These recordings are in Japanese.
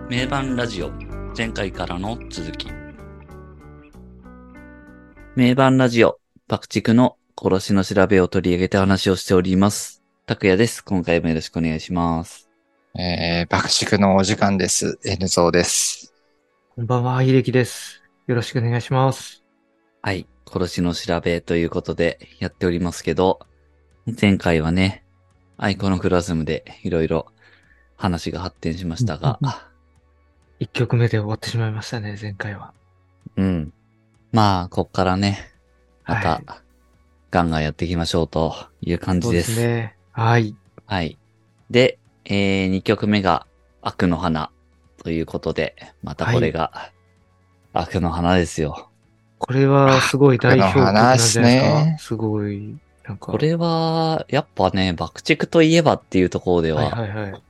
名盤ラジオ前回からの続き。名盤ラジオ爆竹の殺しの調べを取り上げて話をしております。拓也です。今回もよろしくお願いします。 爆竹のお時間です。N ゾーです。 こんばんは、秀樹です。よろしくお願いします。 はい。殺しの調べということでやっておりますけど、前回はね、アイコノクラズムでいろいろ話が発展しましたが、 1曲目で終わってしまいましたね、前回は。 うん。まあ、こっからね、また、 はい、 ガンガンやっていきましょうという感じです。 そうですね。はい。 はい。で、2曲目が悪の花ということで、またこれが悪の花ですよ。 これはすごい代表曲なんじゃないですか。 ね、 すごい、なんか。 これは、やっぱね、爆竹といえばっていうところでは、 はいはいはい。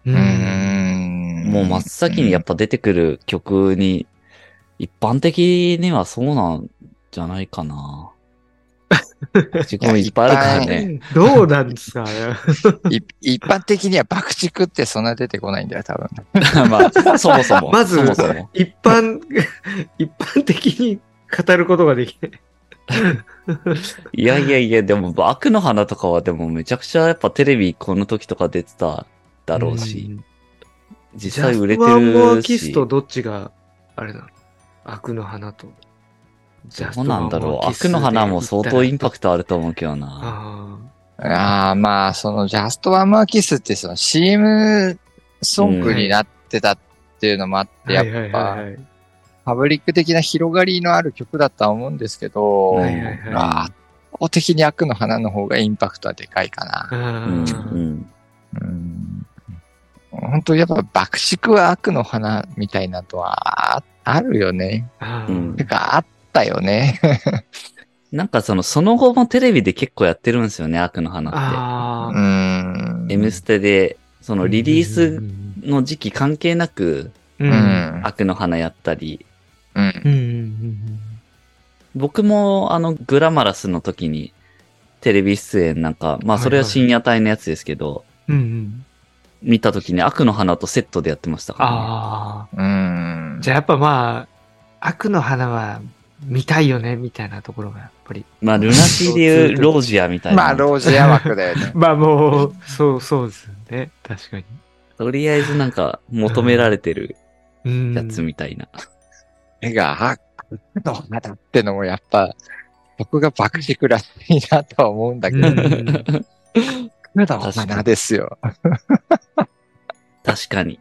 もう真っ先にやっぱ出てくる曲に、一般的にはそうなんじゃないかな。爆竹もいっぱいあるからね。 どうなんですか一般的には爆竹ってそんな出てこないんだよ、多分。 まあ、そもそも。 まずそもそも。 一般的に語ることができない。 いやいやいや、でも、悪の花とかはでもめちゃくちゃやっぱテレビこの時とか出てただろうし、実際売れてジャストワンモアるし。 キスとどっちが、あれなの？悪の花と。 どうなんだろう。悪の花も相当インパクトあると思うけどな。 まあ、そのジャストワンマーキスってその CM ソングになってたっていうのもあって、やっぱ、パブリック的な広がりのある曲だとは思うんですけど、圧倒的に悪の花の方がインパクトはでかいかな。本当やっぱ爆竹は悪の花みたいなとはあるよね。てかあったよね。 なんかその後もテレビで結構やってるんですよね、悪の花って。M ステで、そのリリースの時期関係なく、悪の花やったり。僕もグラマラスの時にテレビ出演なんか、まあそれは深夜帯のやつですけど、見た時に悪の花とセットでやってましたからね。じゃあやっぱまあ、悪の花は見たいよね、みたいなところがやっぱり。 まあルナシーでいうロージアみたいな。 まあロージア枠だよね。 まあもう、そうですよね。確かに。 とりあえずなんか求められてるやつみたいな。 絵が悪の花だってのもやっぱ、僕が爆竹らしいなとは思うんだけど。悪の花ですよ。 確かに。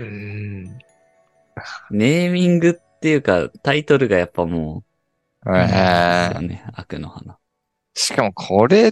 ネーミングっていうか、タイトルがやっぱもう、ですよね、悪の花。 しかもこれって、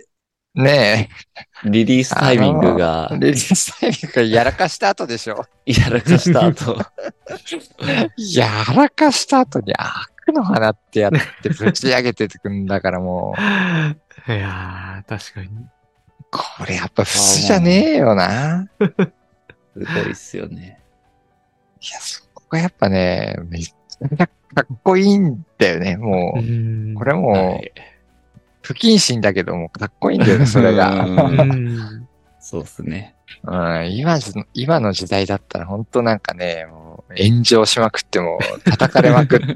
ねえ。リリースタイミングが。 リリースタイミングがやらかした後でしょ。 やらかした後。 やらかした後に悪の花ってやってぶち上げてくんだからもう。いやー、確かに。 これやっぱ普通じゃねえよな。 すごいっすよね。 いや、そこがやっぱね、めっちゃかっこいいんだよね、もう。これもう、不謹慎だけどもかっこいいんだよね、それが。 そうっすね。 今の時代だったら本当なんかね、もう炎上しまくっても、叩かれまくって。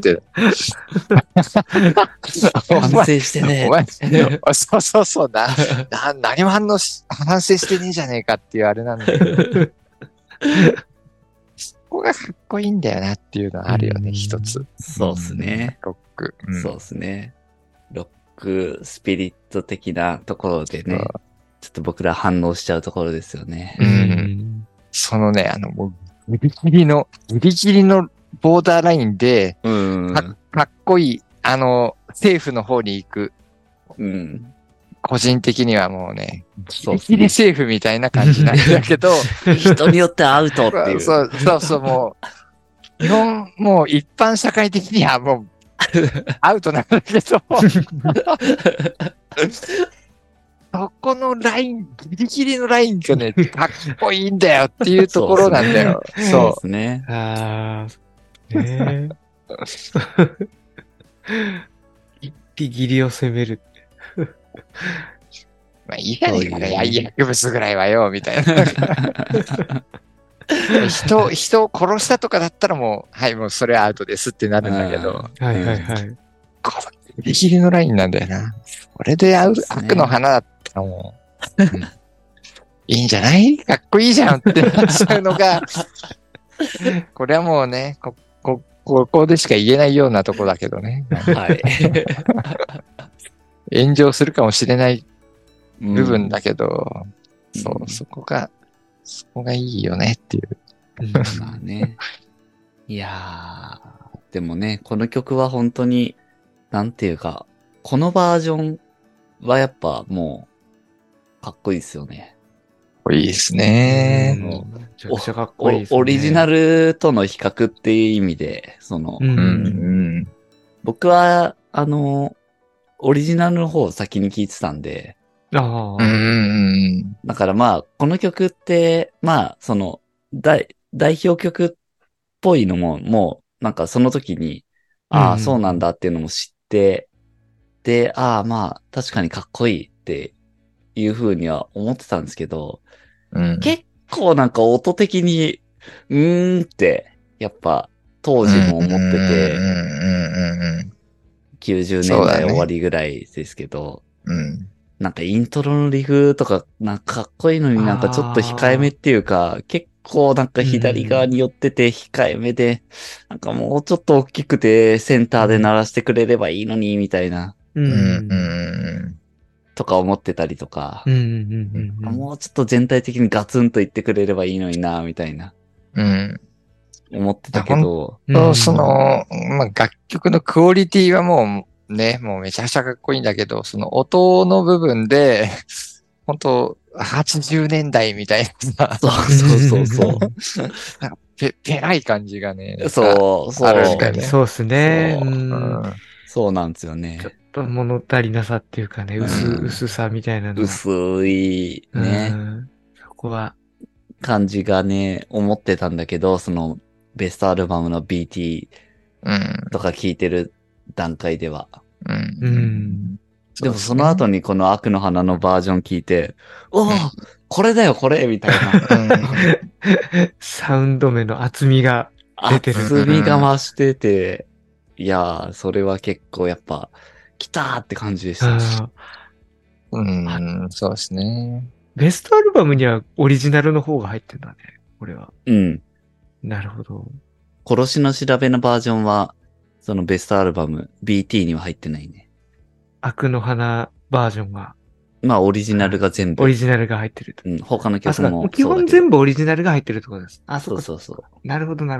反省してね。 お前、そう何も反省してねえじゃねえかっていうあれなんだけど。そこがかっこいいんだよなっていうのはあるよね、一つ。 そうっすね。 ロック。 そうっすね。ロックスピリット的なところでね。ちょっと僕ら反応しちゃうところですよね。 そのね、もう、ギリギリのボーダーラインで、かっこいい、政府の方に行く。個人的にはもうね、ギリギリ政府みたいな感じなんだけど、 人によってアウトっていう。 そう、もう、基本、もう一般社会的にはもう、アウトなんだけど、そこのライン、ギリギリのラインがね、かっこいいんだよっていうところなんだよ。 そうですね。 一匹ギリを攻める。 まあいいじゃねえかね、薬物ぐらいはよ、みたいな。 人を殺したとかだったらもう、はい、もうそれはアウトですってなるんだけど。 はいはいはい。 このギリギリのラインなんだよな。これで悪の花だったらもう、いいんじゃないかっこいいじゃんってなっちゃうのが、これはもうね、ここでしか言えないようなとこだけどね。はい。炎上するかもしれない部分だけど、そこがいいよねっていう。 まあね。いやー、でもね、この曲は本当に、なんていうか、このバージョンはやっぱもう、かっこいいですよね。 いいですね。 めちゃくちゃかっこいいですね。 オリジナルとの比較っていう意味で、僕は、オリジナルの方を先に聴いてたんで、だからまあ、この曲って、まあ、代表曲っぽいのも、もう、なんかその時に、ああ、そうなんだっていうのも知って、で、ああ、まあ、確かにかっこいいっていう風には思ってたんですけど、結構なんか音的に、って、やっぱ、当時も思ってて、90年代終わりぐらいですけど、なんかイントロのリフとか、なんかかっこいいのになんかちょっと控えめっていうか、結構なんか左側に寄ってて控えめで、なんかもうちょっと大きくてセンターで鳴らしてくれればいいのに、みたいな。とか思ってたりとか、もうちょっと全体的にガツンと言ってくれればいいのにな、みたいな。思ってたけど。 まあ、楽曲のクオリティはもうね、もうめちゃくちゃかっこいいんだけど、その音の部分で、本当80年代みたいなそう。 ペラい感じがね。 そう。 あるんだよね。 そうっすね。 そうなんですよね。 ちょっと物足りなさっていうかね、薄さみたいなの。 薄いね。 そこは。 感じがね、思ってたんだけど、ベストアルバムの BT とか聴いてる段階では。でもその後にこの悪の花のバージョン聞いて、おぉ、これだよこれみたいな。サウンド目の厚みが出てる。 厚みが増してて、いやー、それは結構やっぱ、来たーって感じでした。 そうですね。 ベストアルバムにはオリジナルの方が入ってんだね、これは。なるほど。 殺しの調べのバージョンは、そのベストアルバム BT には入ってないね。 悪の花バージョンが。 まあオリジナルが全部。 オリジナルが入ってると。 他の曲も基本全部オリジナルが入ってるってことです。 そう。 なるほど。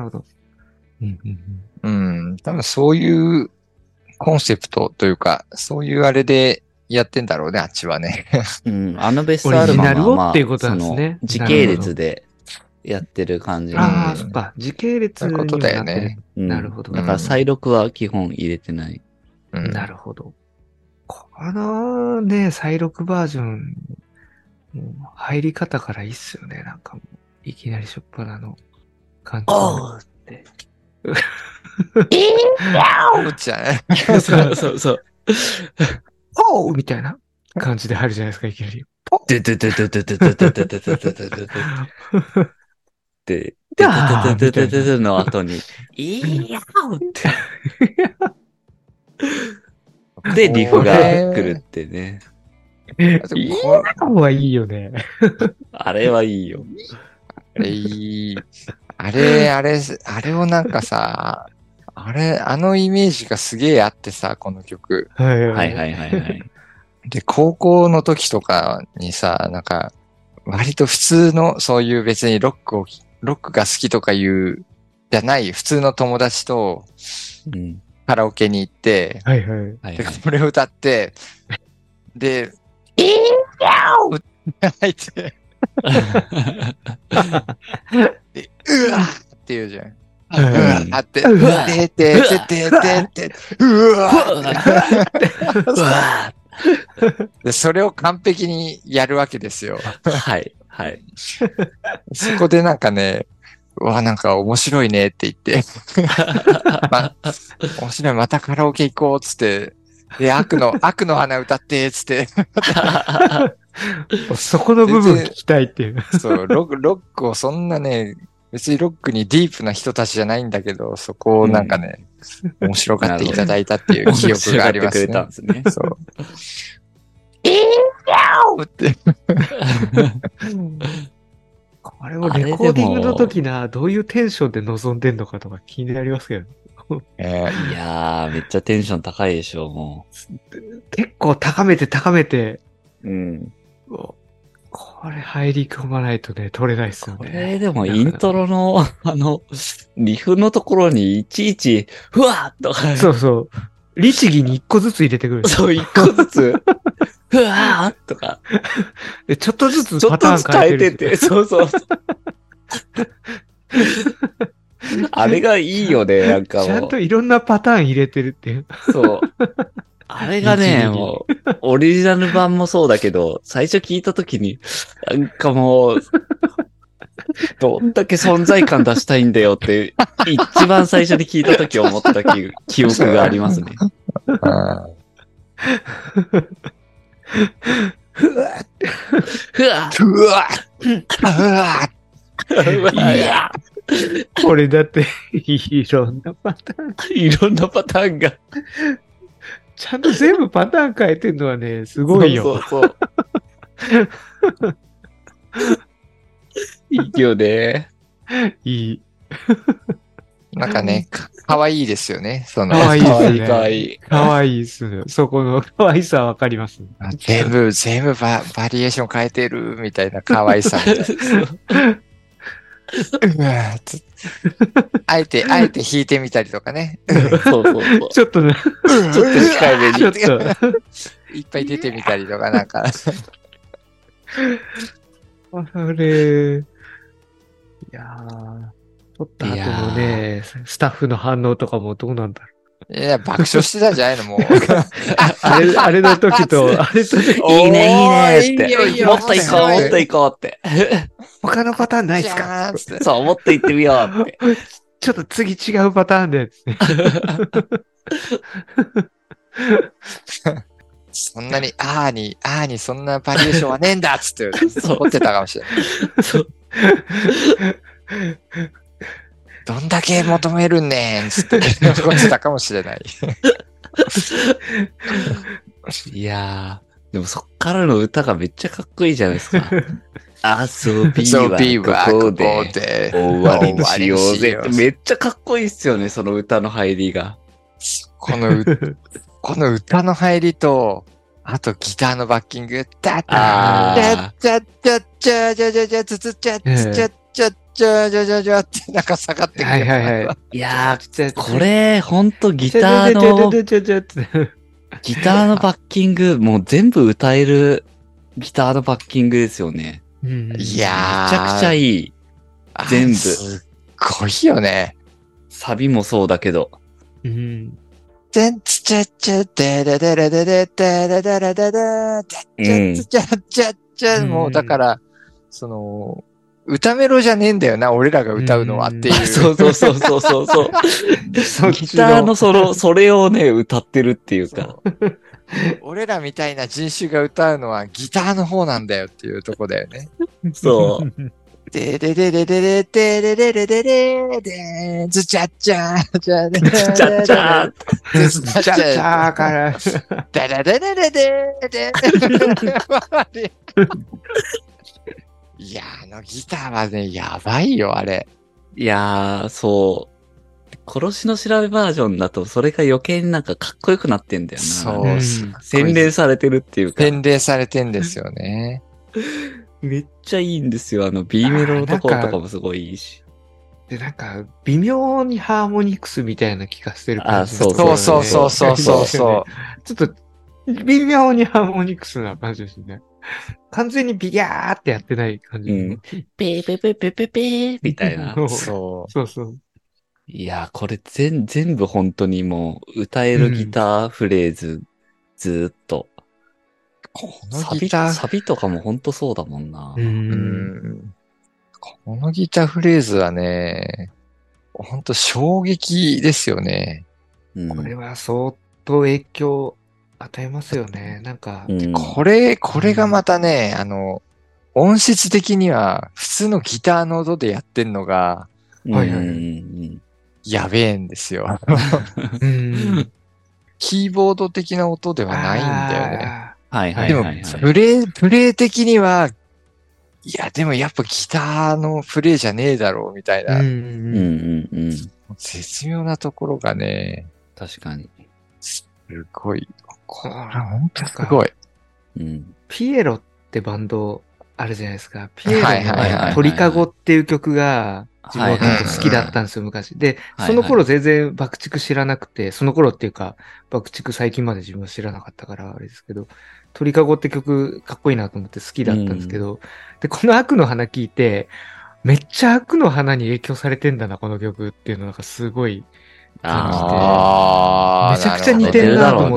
多分そういうコンセプトというか、そういうあれでやってんだろうね、あっちはね。 あのベストアルバムはまあ、 っていうことなんですね。 時系列でやってる感じなんで。ああ、そっか。時系列になってる。そういうことだよね。 なるほど。 だから再録は基本入れてない。 なるほど。このね、再録バージョン、もう入り方からいいっすよね。なんかもう、いきなりしょっぱなの感じ。 おーって。 じゃない。 そう。 おーみたいな感じで入るじゃないですか、いきなり。 で、で、の後に、いやーって。で、リフが来るってね。 いやはいいよね。 あれはいいよ。 あれをなんかさ、あのイメージがすげえあってさ、この曲。 はい。 で、高校の時とかにさ、なんか、割と普通の、そういう別にロックが好きとかいうじゃない普通の友達と、カラオケに行って、で、これを歌って、で、いいよーって入って、で、うわーって言うじゃん。うわーって、うわーって、うわーで、それを完璧にやるわけですよ。 はい。 そこでなんかね、うわ、なんか面白いねって言って、面白い、またカラオケ行こうっつって、で、悪の花歌ってつって、 そこの部分聞きたいっていう。 そう、ロックをそんなね、 別にロックにディープな人たちじゃないんだけど、そこをなんかね、面白がっていただいたっていう記憶がありますね。そう。って。 あれをレコーディングの時な、どういうテンションで臨んでんのかとか気になりますけど。 いやー、めっちゃテンション高いでしょ、もう。結構高めて。 うん。 これ入り込まないとね、取れないっすよね。 これでもイントロの、リフのところにいちいち、ふわーっと。 そうそう。律儀に一個ずつ入れてくる。 そう、一個ずつ。ふわーとか。 ちょっとずつパターン変えてて。 そう。あれがいいよね、なんかもう。 ちゃんといろんなパターン入れてるっていう。 そう。あれがね、もう、オリジナル版もそうだけど、最初聞いたときに、なんかもう、どんだけ存在感出したいんだよって、一番最初に聞いたとき思った記憶がありますね。 ふわっふわっふわっいやこれだって、いろんなパターン。 いろんなパターンが。 ちゃんと全部パターン変えてるのはね、すごいよ。 そう。いいよね。 いい。 なんかね、かわいいですよね。 かわいいですね。 かわいい。 かわいいですね。そこのかわいさはわかります。 全部バリエーション変えてるみたいなかわいさみたいな。あえて弾いてみたりとかね。 そう。 ちょっとね。 ちょっと控えめに。 ちょっと。 いっぱい出てみたりとかなんか。 あれ。いやー。撮った後のね、スタッフの反応とかもどうなんだろう。いや、爆笑してたんじゃないのもう。 あれの時と、あれと時。 いいねって。もっと行こうって。 他のパターンないっすかそう、もっと行ってみようって。 ちょっと次違うパターンで。 そんなに、にそんなバリエーションはねえんだっつって怒ってたかもしれない。そう。どんだけ求めるねんつって怒ってたかもしれない。 いやー、でもそっからの歌がめっちゃかっこいいじゃないですか。遊びはここで終わりにしようぜ。めっちゃかっこいいっすよね、その歌の入りが。 この歌の入りと、あとギターのバッキング、ダッダッチャッチャッチャジャジャジャツツチャッチャッチャッチャジャジャジャってなんか下がってくる。 いやー、これ、ほんとギターのバッキング、もう全部歌えるギターのバッキングですよね。 いやー。 めちゃくちゃいい。全部。 すっごいよね。 サビもそうだけど。 チャッチャッチャッデレデレデレデレデレデレチャッチャッチャッチャッもうだから、歌メロじゃねえんだよな、俺らが歌うのはっていう。 そう。ギターのそれをね、歌ってるっていうか。 俺らみたいな人種が歌うのはギターの方なんだよっていうとこだよね。 そう。 でででででででででででででズチャッチャーチャズチャッチャーズチャッチャーからでででででででいやギターはね、やばいよ、あれ。 いやー、そう。殺しの調べバージョンだと、それが余計になんかかっこよくなってんだよな。 そう。 洗練されてるっていうか。 洗練されてんですよね。 めっちゃいいんですよ。B メロのところとかもすごいいいし。 で、なんか、微妙にハーモニクスみたいな気がしてる感じ、 ね。そう。ちょっと、微妙にハーモニクスな感じですね。完全にビヤーってやってない感じ。 ペーペーペーペーペーペーみたいな。 そう。 いや、これ全部本当にもう歌えるギターフレーズ、ずーっと。 このギターサビとかも本当そうだもんな。 このギターフレーズはね、本当衝撃ですよね。 これは相当影響与えますよね。なんか、 これがまたね、 音質的には普通のギターの音でやってんのが、やべえんですよ。キーボード的な音ではないんだよね。 はいはいでも、プレイ的には、いや、でもやっぱギターのプレイじゃねえだろう、みたいな。絶妙なところがね。 確かに。 すごい。これ本当すごい。 ピエロってバンドあるじゃないですか。ピエロの鳥かごっていう曲が自分は結構好きだったんですよ、昔。で、その頃全然爆竹知らなくて、その頃っていうか、爆竹最近まで自分は知らなかったからあれですけど、鳥かごって曲かっこいいなと思って好きだったんですけど、で、この悪の花聞いて、めっちゃ悪の花に影響されてんだな、この曲っていうのなんかすごい感じて、めちゃくちゃ似てるなと思って、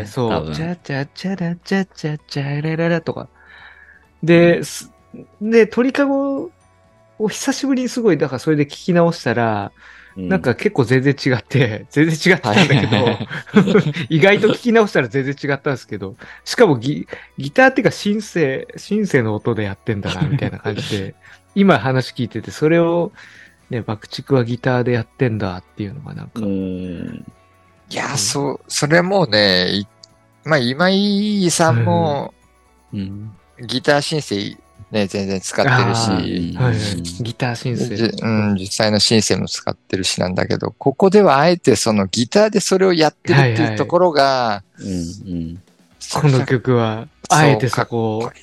そう、チャチャチャラチャチャチャラララとか。で、鳥かごを久しぶりにすごい、だからそれで聞き直したら、なんか結構全然違って、全然違ったんだけど、意外と聞き直したら全然違ったんですけど、しかもギターっていうかシンセの音でやってんだな、みたいな感じで、今話聞いてて、それを、ね、爆竹はギターでやってんだっていうのがなんか。 いや、それもね、まあ、今井さんも、ギターシンセね、全然使ってるし、 ギターシンセ。 実際のシンセも使ってるしなんだけど、ここではあえてそのギターでそれをやってるっていうところが、 この曲は、あえてそこを、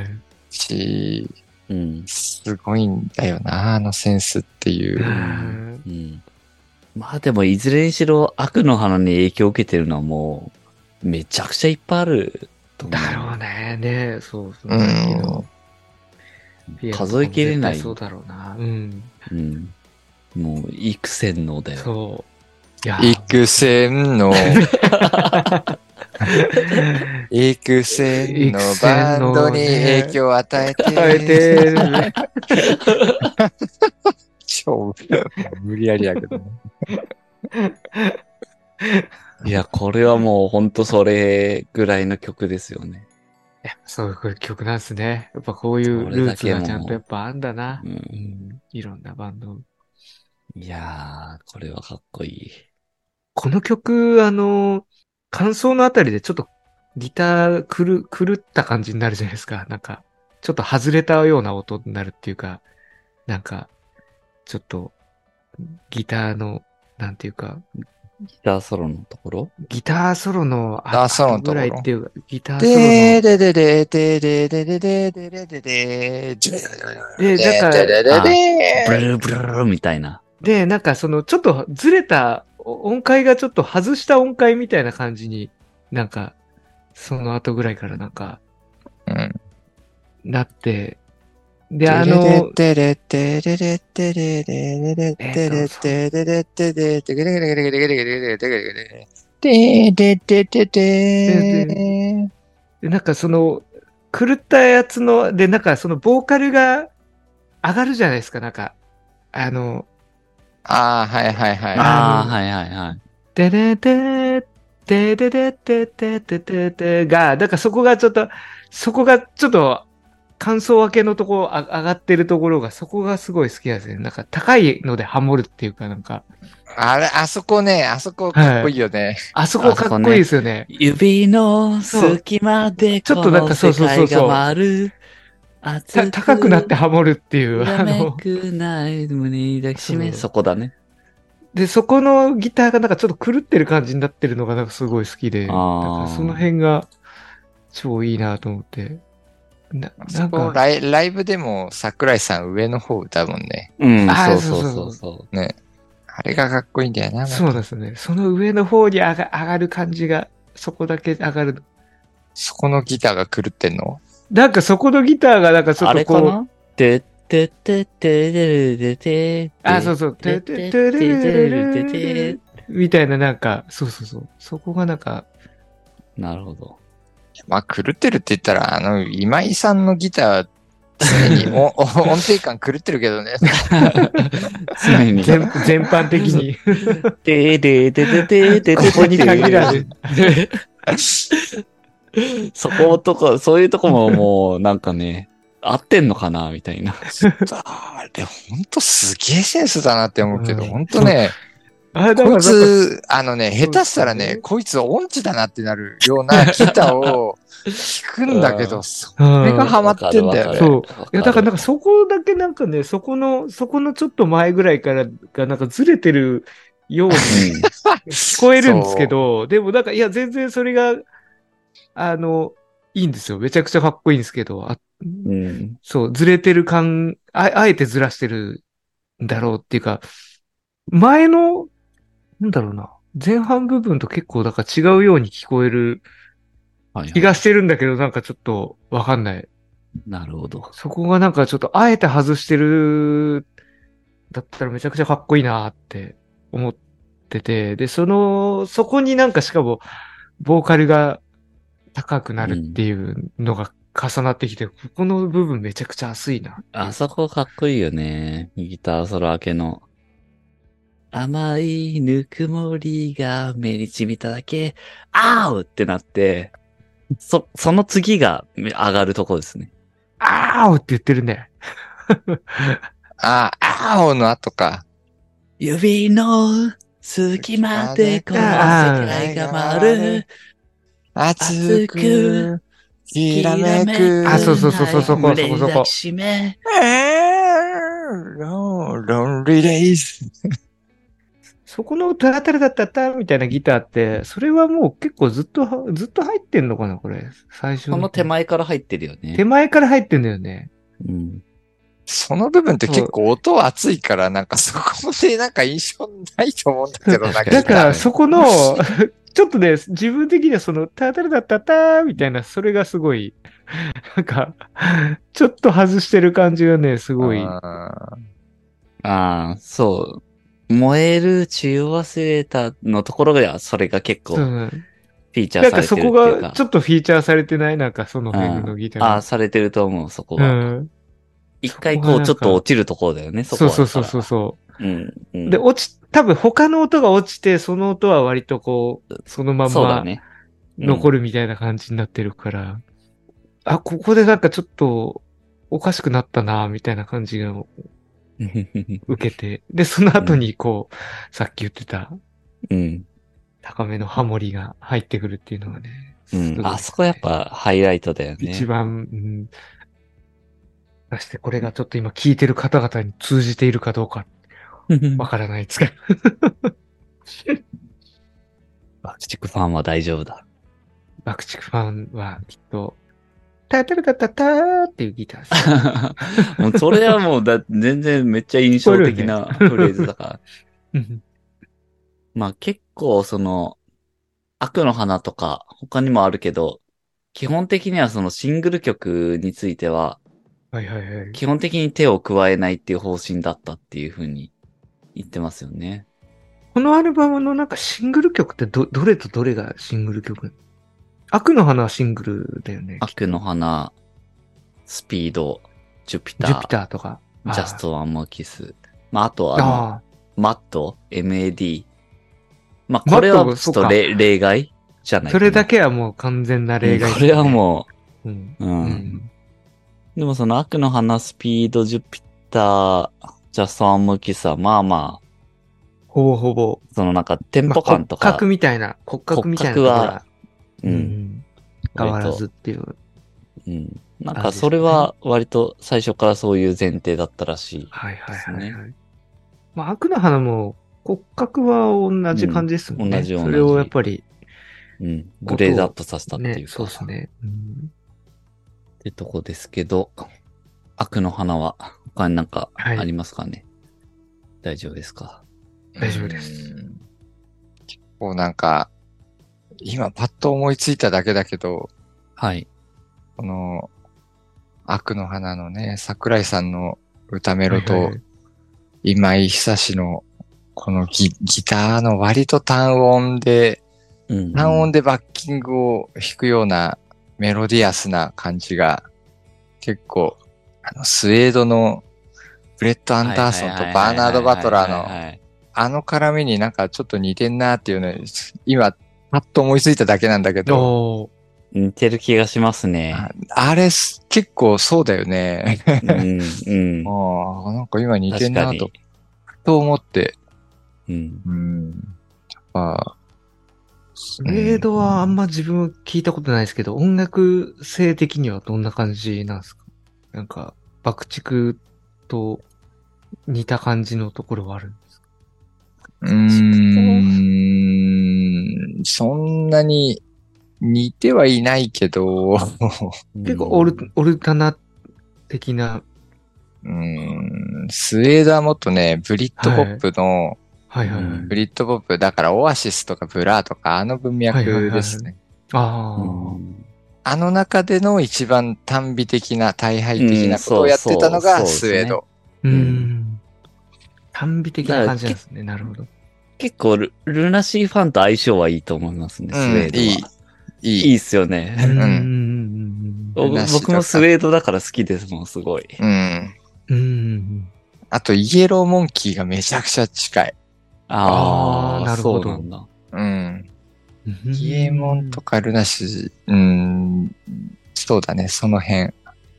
すごいんだよな、あのセンスっていう。 まあでもいずれにしろ悪の花に影響を受けてるのはもうめちゃくちゃいっぱいあると思う。 だろうね。そう。 数えきれない。 そうだろうな。 もう幾千のだよ。 そう。 幾千の。幾千のバンドに影響を与えてる。超無理やりやけどね。 いや、これはもうほんとそれぐらいの曲ですよね。 そういう曲なんですね。やっぱこういうルーツがちゃんとやっぱあんだな。いろんなバンド。 いやー、これはかっこいい。 この曲、感想のあたりでちょっとギター狂った感じになるじゃないですか。なんか、ちょっと外れたような音になるっていうか、なんか、ちょっと、ギターの、なんていうか、 ギターソロのところギターソロの後ぐらいっていうか、ギターソロの。だから、 ブルーブルーみたいな。 で、なんかその、ちょっとずれた音階がちょっと外した音階みたいな感じになんか、その後ぐらいからなんか、なって、で、なんかその、狂ったやつの、で、なんかそのボーカルが上がるじゃないですか、なんか。 はいはいはい。 ででででででででででが、だからそこがちょっと感想分けのところ、上がってるところが、そこがすごい好きなんですね。なんか高いのでハモるっていうかなんか。 あそこかっこいいよね。 あそこかっこいいですよね。 指の隙間でちょっとなんかそう。 高くなってハモるっていう。 そこだね。 で、そこのギターがなんかちょっと狂ってる感じになってるのがなんかすごい好きで、だからその辺が超いいなと思って。 なんかライブでも桜井さん上の方歌うもんね。 そう。 ね。あれがかっこいいんだよな。 そうですね。その上の方に上がる感じが、そこだけ上がる。 そこのギターが狂ってんの？ なんかそこのギターがなんかちょっとこう。 あれかな？てってってってれれてそう。てってってれれれみたいななんか、そう。そこがなんか。 なるほど。 まあ、狂ってるって言ったら、今井さんのギター、常に音程感狂ってるけどね。 常に。 全般的に。 ここに限らず。そういうとこももう、なんかね、 合ってんのかなみたいな。 あれ、ほんとすげえセンスだなって思うけど、ほんとね、こいつ、下手したらね、こいつ音痴だなってなるようなギターを弾くんだけど、それがハマってんだよね。 そう。いや、だからなんかそこだけなんかね、そこのちょっと前ぐらいからがなんかずれてるように聞こえるんですけど、でもなんか、いや、全然それが、いいんですよ。めちゃくちゃかっこいいんですけど、そう、ずれてるあえてずらしてるんだろうっていうか、前の、なんだろうな、前半部分と結構だから違うように聞こえる気がしてるんだけど、なんかちょっとわかんない。 なるほど。 そこがなんかちょっとあえて外してる、だったらめちゃくちゃかっこいいなって思ってて、で、そこになんかしかも、ボーカルが高くなるっていうのが重なってきて、ここの部分めちゃくちゃ熱いな。 あそこかっこいいよね。ギターソロ明けの。甘いぬくもりが目に染みただけ、あーってなって、その次が上がるとこですね。 あーって言ってるね。 あーの後か。 指の隙間でこの世界が回る。熱く、きらめく。 あ、そう、そこ。 抱きしめ。 ロンリーデイズ。 そこのタラタラだったたみたいなギターって、それはもう結構ずっと入ってんのかなこれ。最初。 この手前から入ってるよね。 手前から入ってんだよね。 うん。 その部分って結構音熱いから、なんかそこでなんか印象ないと思うんだけどな。 だからそこの、ちょっとね、自分的にはその、タタラだったたみたいな、それがすごい、なんか、ちょっと外してる感じがね、すごい。 そう。燃える血を忘れたのところが、それが結構、フィーチャーされてるっていうか。なんかそこがちょっとフィーチャーされてないなんかその辺のギター。 されてると思う、そこが。一回こう、ちょっと落ちるところだよね、そこは。 そう。で、多分他の音が落ちて、その音は割とこう、そのまま残るみたいな感じになってるから、ここでなんかちょっとおかしくなったな、みたいな感じが受けて、で、その後にこう、さっき言ってた、高めのハモリが入ってくるっていうのがね。 あそこやっぱハイライトだよね。 一番、出してこれがちょっと今聞いてる方々に通じているかどうか、わからないですけど。 爆竹ファンは大丈夫だ。 爆竹ファンはきっと、タタラタタターっていうギターです。もうそれはもう全然めっちゃ印象的なフレーズだから。まあ結構悪の花とか他にもあるけど、基本的にはそのシングル曲については、基本的に手を加えないっていう方針だったっていう風に言ってますよね。 このアルバムのなんかシングル曲ってどれとどれがシングル曲？悪の花はシングルだよね。 悪の花、スピード、ジュピターとか、 ジャストワンモーキス。まあ、あとマット、MAD。まあ、これはちょっと例外じゃないかな。 それだけはもう完全な例外、 これはもう、でもその悪の花、スピード、ジュピター、ジャストワンモーキスはまあまあ、 ほぼ。 そのなんかテンポ感とか。 骨格みたいなところは、変わらずっていう。 なんかそれは割と最初からそういう前提だったらしいですね。 まあ、悪の花も骨格は同じ感じですもんね。 同じ。 それをやっぱり、 グレードアップさせたっていうか。 そうですね。 ってとこですけど、悪の花は他になんかありますかね？大丈夫ですか？ 大丈夫です。 結構なんか、今パッと思いついただけだけど、 はい。 この、悪の花のね、桜井さんの歌メロと、今井久志のこのギターの割と単音で、単音でバッキングを弾くようなメロディアスな感じが、結構、スウェードのブレッド・アンダーソンとバーナード・バトラーの絡みになんかちょっと似てんなっていうのを、今、パッと思いついただけなんだけど、 似てる気がしますね。 あれ、結構そうだよね。 うん。 ああ、なんか今似てんなと思って。 うん。 スウェードはあんま自分聞いたことないですけど、音楽性的にはどんな感じなんですか？なんか、爆竹と似た感じのところはあるんですか？ そんなに似てはいないけど、 結構オルタナ的な。 スウェードはもっとね、ブリッドポップの、ブリッドポップ、だからオアシスとかブラーとかあの文脈ですね。あの中での一番単美的な、大敗的なことをやってたのがスウェード。 単美的な感じなんですね。なるほど。 結構ルナシーファンと相性はいいと思いますね、スウェードは。いいっすよね。僕もスウェードだから好きですもん、すごい。 あと、イエローモンキーがめちゃくちゃ近い。 ああ、なるほど。 そうなんだ。 イエモンとかルナシー、そうだね、その辺。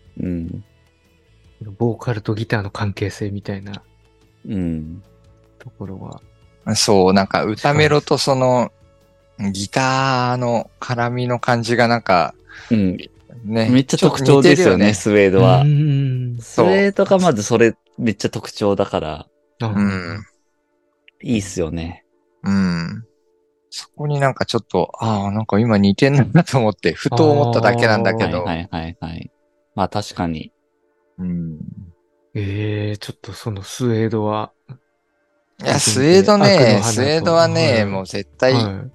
ボーカルとギターの関係性みたいな、ところは。 そう、なんか歌メロとその、ギターの絡みの感じがなんか、 ね。めっちゃ特徴ですよね、スウェードは。スウェードがまずそれめっちゃ特徴だから。いいっすよね。 そこになんかちょっと、なんか今似てんなと思って、ふと思っただけなんだけど。 はい。まあ確かに。 ちょっとそのスウェードは。 いや、スウェードはね、もう絶対、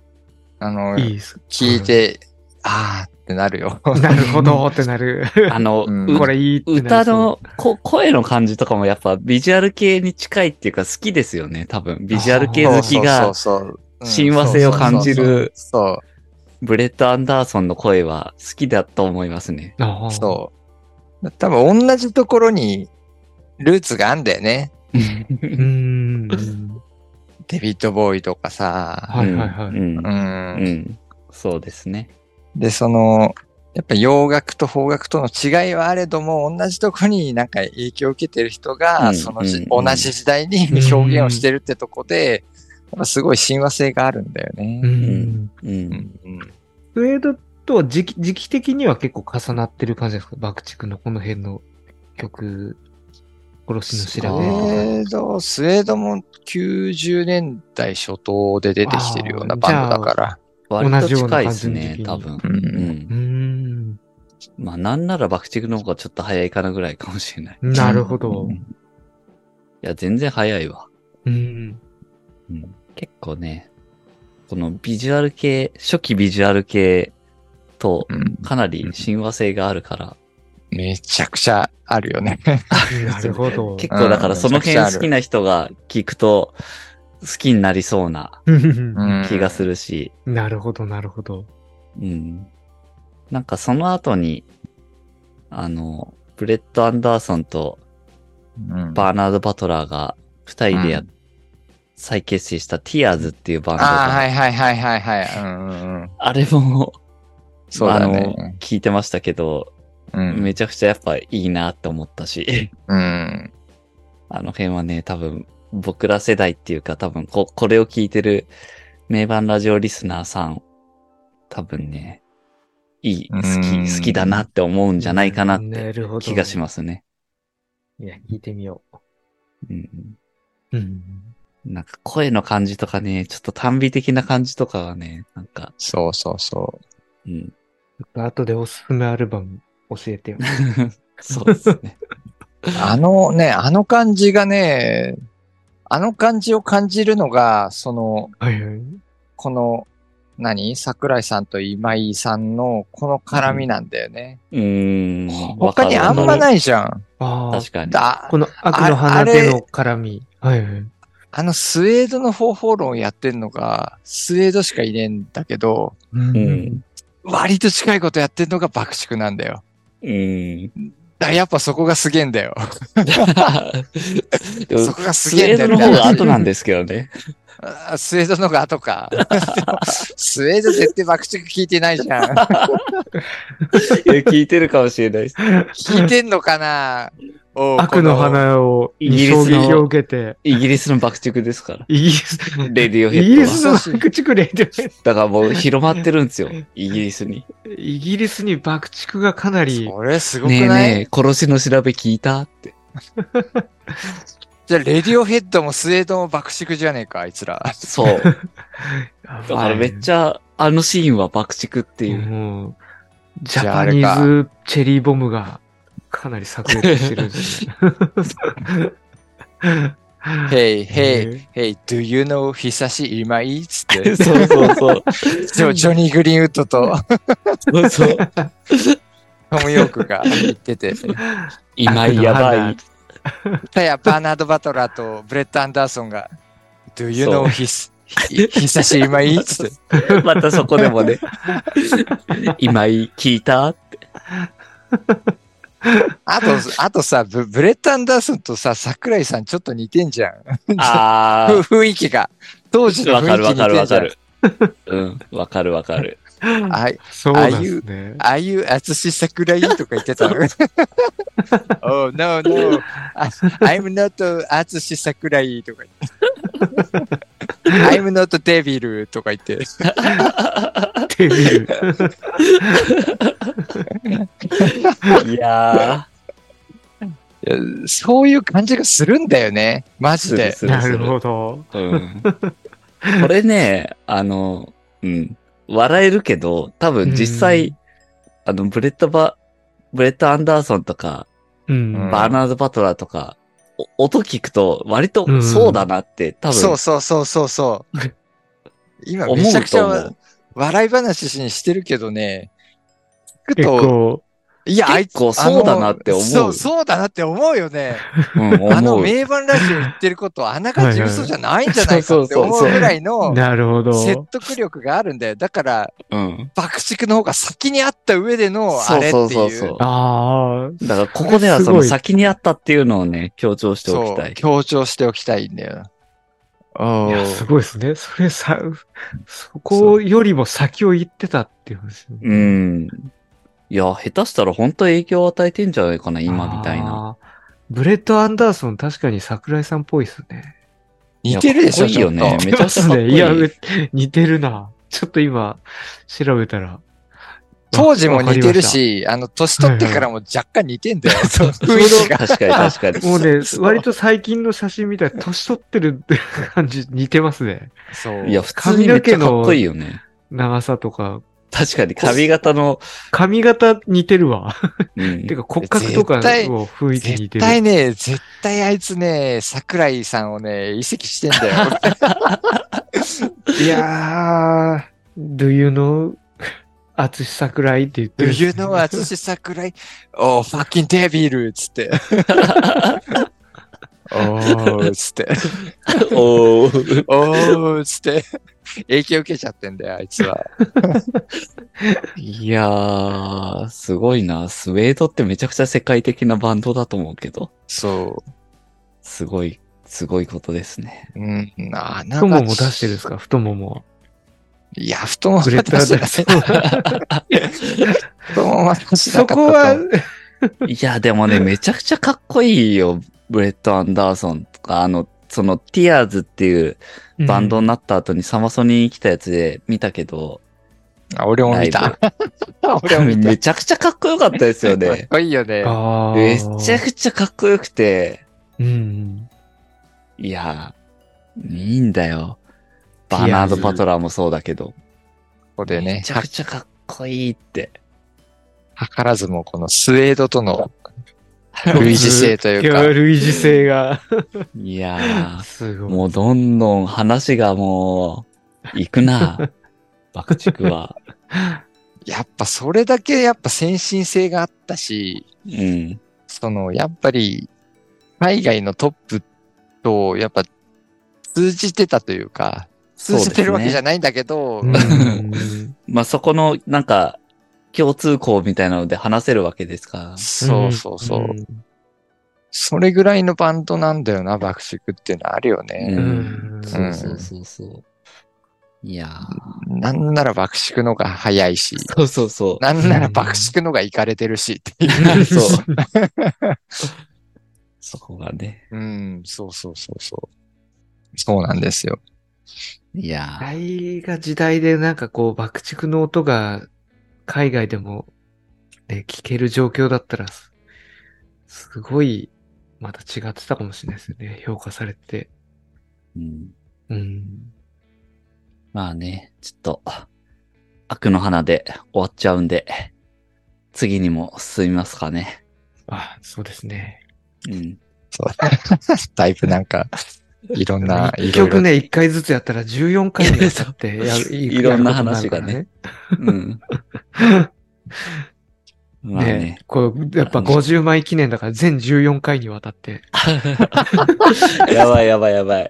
聞いて、ってなるよ。 なるほどってなる。これいいってなる。 歌の声の感じとかもやっぱビジュアル系に近いっていうか好きですよね、多分。ビジュアル系好きが親和性を感じるブレッド・アンダーソンの声は好きだと思いますね。 そう。多分同じところにルーツがあんだよね。デビッド・ボーイとかさ。 そうですね。 で、やっぱ洋楽と邦楽との違いはあれども、同じとこになんか影響を受けてる人が、同じ時代に表現をしてるってとこで、やっぱすごい親和性があるんだよね。 スウェードとは時期的には結構重なってる感じですか？爆竹のこの辺の曲、殺しの調べとか。 スウェードも90年代初頭で出てきてるようなバンドだから。 割と近いですね、多分。まあ、なんなら爆竹の方がちょっと早いかなぐらいかもしれない。 なるほど。 いや、全然早いわ。結構ね、このビジュアル系、初期ビジュアル系とかなり親和性があるから。 めちゃくちゃあるよね。 なるほど。 結構だからその辺好きな人が聞くと、好きになりそうな気がするし。 なるほど、なるほど。 なんかその後に、ブレッド・アンダーソンとバーナード・バトラーが二人で再結成したティアーズっていうバンドが。あれも、そうだね。聞いてましたけど、めちゃくちゃやっぱいいなって思ったし。あの辺はね、多分、僕ら世代っていうか多分これを聞いてる名盤ラジオリスナーさん、多分ね、好きだなって思うんじゃないかなって気がしますね。 いや、聞いてみよう。 なんか声の感じとかね、ちょっと単美的な感じとかはね、なんか。 そう。 後でおすすめアルバム教えてよ。 そうですね。 あの感じがね、あの感じを感じるのが、この、桜井さんと今井さんのこの絡みなんだよね。他にあんまないじゃん。 確かに。 この悪の花での絡み。 スウェードの方法論をやってんのが、スウェードしかいねえんだけど、割と近いことやってんのが爆竹なんだよ。やっぱそこがすげえんだよ。 そこがすげえんだよ。スウェードの方が後なんですけどね。 スウェードのが後か。スウェード絶対爆竹聞いてないじゃん。 いや、聞いてるかもしれないです。 聞いてんのかな。 悪の花をイギリス衝撃を受けて。 イギリスの爆竹ですから。 イギリス、 レディオヘッドは。 イギリスの爆竹レディオヘッド。 だからもう広まってるんですよ。イギリスに。 イギリスに爆竹がかなり。 これすごくない？ ねえねえ、殺しの調べ聞いたって。 じゃあ、レディオヘッドもスウェードも爆竹じゃねえか、あいつら。 そう。だからめっちゃ、あのシーンは爆竹っていう。 ジャパニーズチェリーボムがかなり炸裂してるんですね。 Hey, hey, hey, do you know 久し今井つって。 そうそうそう。 ジョニー・グリーンウッドと、 そうそう。 トム・ヨークが言ってて。 今井やばい。 たやバーナード・バトラーとブレッド・アンダーソンが Do you know 久し今井つって。 またそこでもね。今井聞いたって。 あとさ、ブレッド・アンダーソンとさ、桜井さんちょっと似てんじゃん。 ああ。 雰囲気が。当時の雰囲気似てんじゃん。 わかるわかる。うん、わかるわかる。 そうですね。 ああいう厚し桜井とか言ってたの。Oh, no, no. I'm not 厚し桜井とか言って。I'm not devil とか言って。 デビル。 いやー。そういう感じがするんだよね。マジで。 なるほど。 うん。これね、うん。笑えるけど、多分実際、ブレッド・アンダーソンとか、バーナード・バトラーとか、音聞くと割とそうだなって多分。 そう。今めちゃくちゃ笑い話にしてるけどね、聞くと、いや、 結構そうだなって思う。 そうだなって思うよね。名盤ラジオ言ってることはあながち嘘じゃないんじゃないかって思うぐらいの説得力があるんだよ。だから、爆竹の方が先にあった上でのあれっていう。 そう。だからここではその先にあったっていうのをね、強調しておきたい。 強調しておきたいんだよ。 いや、すごいですね。そこよりも先を言ってたっていう話。 いや、下手したら本当影響を与えてんじゃないかな、今みたいな。 ブレッド・アンダーソン確かに桜井さんっぽいですね。 似てるでしょ、 いいよね。めちゃくちゃかっこいい。 いや、似てるな。ちょっと今、調べたら。 当時も似てるし、年取ってからも若干似てんだよ。雰囲気が。 確かに。 もうね、割と最近の写真見たら年取ってるって感じ、似てますね。 そう。いや、普通にめっちゃかっこいいよね。 長さとか。 確かに髪型似てるわ。てか骨格とかも雰囲気似てる。 絶対あいつね、桜井さんをね、移籍してんだよ。 いやー、Do you know 厚桜井って言ってる。 Do you know 厚桜井Oh, fucking devil! つって。つって。つって。影響受けちゃってんだよ、あいつは。 いやー、すごいな。スウェードってめちゃくちゃ世界的なバンドだと思うけど。 そう。 すごいことですね。 太もも出してるんですか、太ももは。 いや、太ももは出してない。太ももは出してなかった。そこは、 いや、でもね、めちゃくちゃかっこいいよ。ブレッド・アンダーソンとか、その、ティアーズっていうバンドになった後にサマソニに来たやつで見たけど。 俺も見た。 めちゃくちゃかっこよかったですよね。かっこいいよね。 めちゃくちゃかっこよくて。いや、いいんだよ。バーナード・バトラーもそうだけど。 ここでね。 めちゃくちゃかっこいいって。 図らずもこのスウェードとの類似性というか。 類似性が。 いやー、もうどんどん話がもう、いくな。爆竹は。 やっぱそれだけ先進性があったし、やっぱり海外のトップとやっぱ通じてたというか、通じてるわけじゃないんだけど、 まあそこのなんか共通項みたいなので話せるわけですから。 そう。 それぐらいのバンドなんだよな、爆竹っていうのあるよね。 そうそうそうそう。いやー。なんなら爆竹のが早いし。 そうそうそう。 なんなら爆竹のがイカれてるしっていう。 そう。そこがね。 そうそうそうそう。そうなんですよ。 いや時代が時代でなんかこう爆竹の音が海外でもね、聞ける状況だったらすごいまた違ってたかもしれないですよね。評価されて。 まあね、ちょっと、悪の花で終わっちゃうんで、次にも進みますかね。 あ、そうですね。 そう。だいぶなんか、いろんな、 一曲ね、1回ずつやったら14回にわたっていろんな話がね。まあね。 こう、やっぱ50枚記念だから全14回にわたって。 やばいやばいやばい。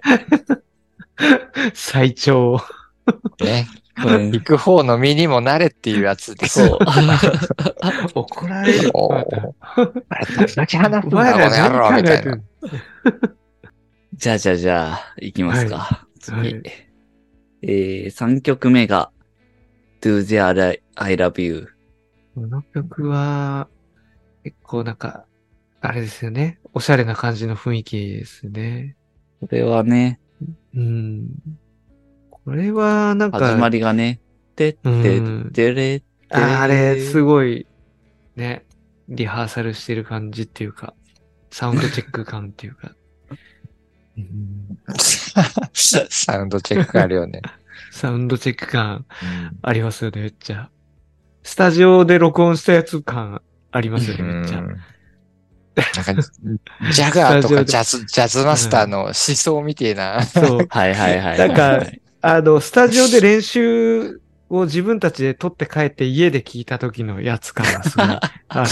最長。 ね。行く方の身にもなれっていうやつです。 そう。 怒られる。 あれ、どんだけ話すんだ、この野郎、みたいな。 じゃあ、行きますか。次。3曲目が、Do the I Love You。 この曲は、結構なんか、あれですよね。おしゃれな感じの雰囲気ですね。 これはね。 これはなんか。 始まりがね。 あれ、すごい、ね。リハーサルしてる感じっていうか、サウンドチェック感っていうか。 サウンドチェックあるよね。 サウンドチェック感ありますよね、めっちゃ。スタジオで録音したやつ感ありますよね、めっちゃ。なんか、ジャガーとかジャズマスターの思想みたいな。 そう。 はいはいはい。 なんか、スタジオで練習を自分たちで撮って帰って家で聞いた時のやつ感がすごいあ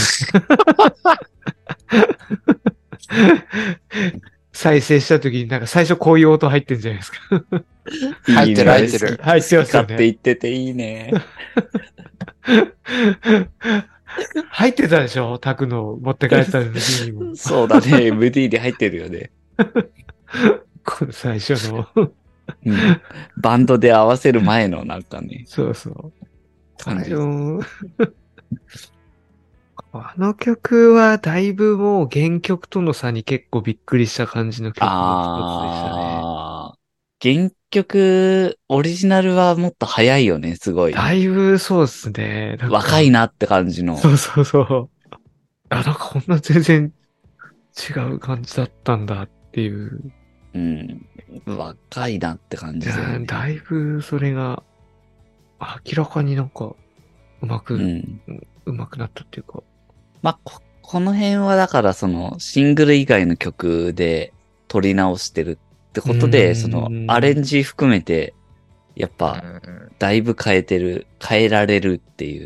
る。再生した時になんか最初こういう音入ってるんじゃないですか。 入ってる。入ってますよね。 使って言ってていいね。 入ってたでしょタクの持って帰った時にも。 そうだね。MD で入ってるよね。 この最初の、 バンドで合わせる前のなんかね。 そうそう。あの曲はだいぶもう原曲との差に結構びっくりした感じの曲の一つでしたね。 原曲、オリジナルはもっと早いよね、すごい。 だいぶそうですね。 若いなって感じの。 そうそうそう。なんかこんな全然違う感じだったんだっていう。 若いなって感じだよね。 だいぶそれが明らかになんかうまくなったっていうか。 まあ、この辺はだからそのシングル以外の曲で撮り直してるってことで、そのアレンジ含めて、やっぱ、だいぶ変えられるっていう。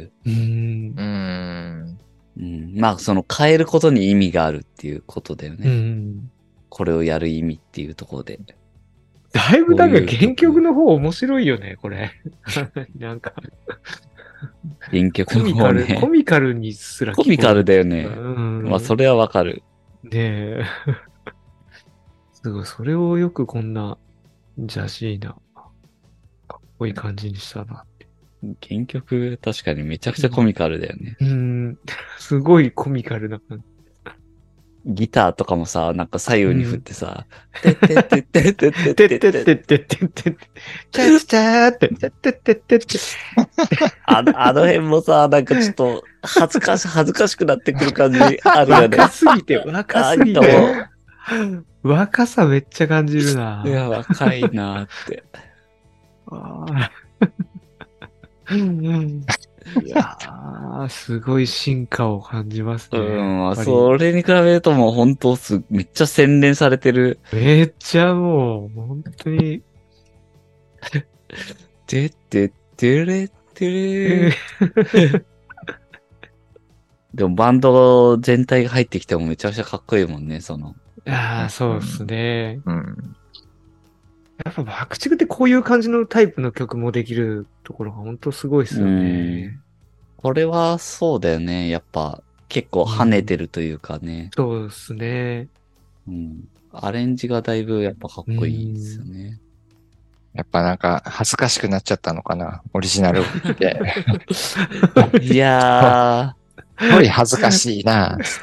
まあ、その変えることに意味があるっていうことだよね。これをやる意味っていうところで。 だいぶなんか原曲の方面白いよね、これ。なんか。 原曲の方ね。 コミカルにすらコミカルだよね。まあ、それはわかる。 ねえ。すごい、それをよくこんな、ジャジーな、かっこいい感じにしたなって。 原曲、確かにめちゃくちゃコミカルだよね。 すごいコミカルな感じ。 ギターとかもさ、なんか左右に振ってさ、てってってってってってってってってってってって、チャチャーって、てってってってって。 あの辺もさ、なんかちょっと恥ずかしくなってくる感じあるよね。 若すぎて。若さめっちゃ感じるな。 いや、若いなって。 いやー、すごい進化を感じますね。 それに比べるともう本当めっちゃ洗練されてる。 めっちゃもう、本当に。 てってってれってれ。でもバンド全体が入ってきてもめちゃくちゃかっこいいもんね、その。 そうですね。やっぱ爆竹ってこういう感じのタイプの曲もできるところが本当すごいですよね。 これはそうだよね。やっぱ結構跳ねてるというかね。 そうですね。 うん。アレンジがだいぶやっぱかっこいいですよね。 やっぱなんか恥ずかしくなっちゃったのかな、オリジナルで。 いやー。すごい恥ずかしいな、つって。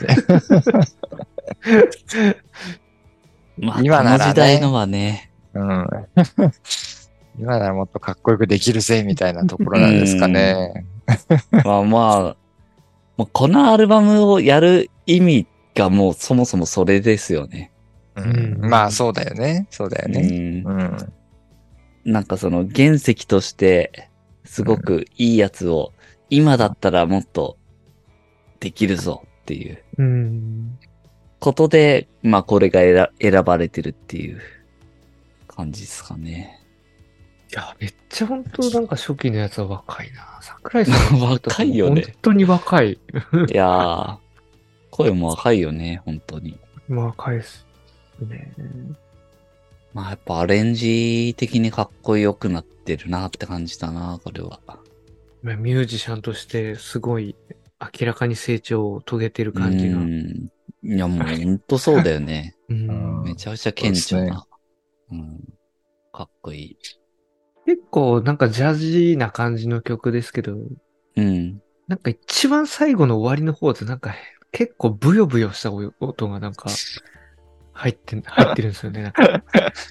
まあ、今ならね、この時代のはね。 うん。今ならもっとかっこよくできるぜ、みたいなところなんですかね。 まあもうこのアルバムをやる意味がもうそもそもそれですよね。 まあそうだよね。そうだよね。 なんかその原石としてすごくいいやつを今だったらもっとできるぞっていうことで、まあこれが選ばれてるっていう感じですかね。 いや、めっちゃ本当なんか初期のやつは若いな。桜井さん若いよね。 本当に若い。 いやー、声も若いよね、本当に。 若いですね。 まあやっぱアレンジ的にかっこよくなってるなって感じだな、これは。 ミュージシャンとしてすごい明らかに成長を遂げてる感じが。 いやもうほんとそうだよね。めちゃくちゃ顕著な、かっこいい。 結構なんかジャジーな感じの曲ですけど、なんか一番最後の終わりの方でなんか結構ブヨブヨした音がなんか入ってるんですよね。なんか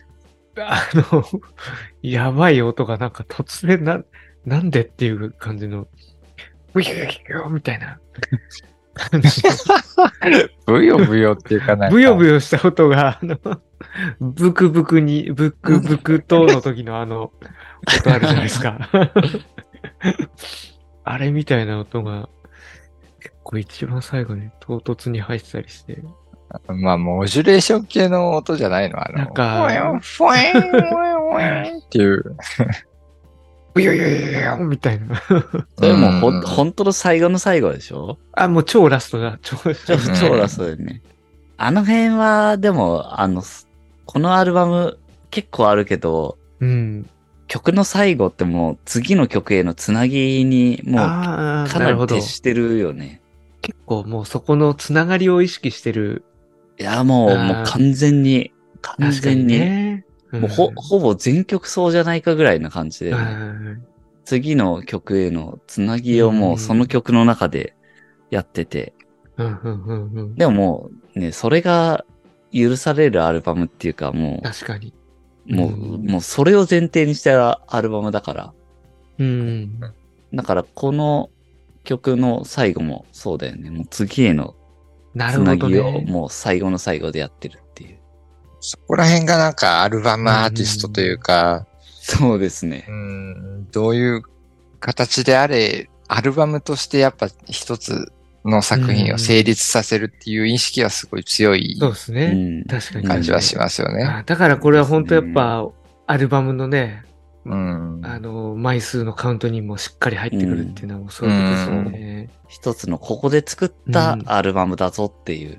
やばい音がなんか突然なんでっていう感じの、ブヨブヨみたいな感じ。 ブヨブヨっていうかなんか。 ブヨブヨした音が、ブクブクとの時の音あるじゃないですか。あれみたいな音が結構一番最後に唐突に入ってたりして。 まあ、モジュレーション系の音じゃないのなんか、 フォエン、フォエン、フォエンっていう。 ブヨヨヨヨみたいな。 それも本当の最後の最後でしょ？ もう超ラストだ。超ラストだよね。あの辺は、でも、このアルバム結構あるけど、曲の最後ってもう次の曲へのつなぎにもうかなり徹してるよね。 結構もうそこのつながりを意識してる。 いや、もう完全に、 ね。 もうほぼ全曲そうじゃないかぐらいな感じで、次の曲へのつなぎをもうその曲の中でやってて。でももうね、それが許されるアルバムっていうかもう、 確かに。 もうそれを前提にしたアルバムだから。だからこの曲の最後もそうだよね。もう次へのつなぎをもう最後の最後でやってるっていう。 そこら辺がなんかアルバムアーティストというか、 そうですね。 どういう形であれ、アルバムとしてやっぱ一つの作品を成立させるっていう意識はすごい強い。 そうですね。確かに。 感じはしますよね。 だからこれは本当やっぱアルバムのね、枚数のカウントにもしっかり入ってくるっていうのはそういうことですよね。 一つのここで作ったアルバムだぞっていう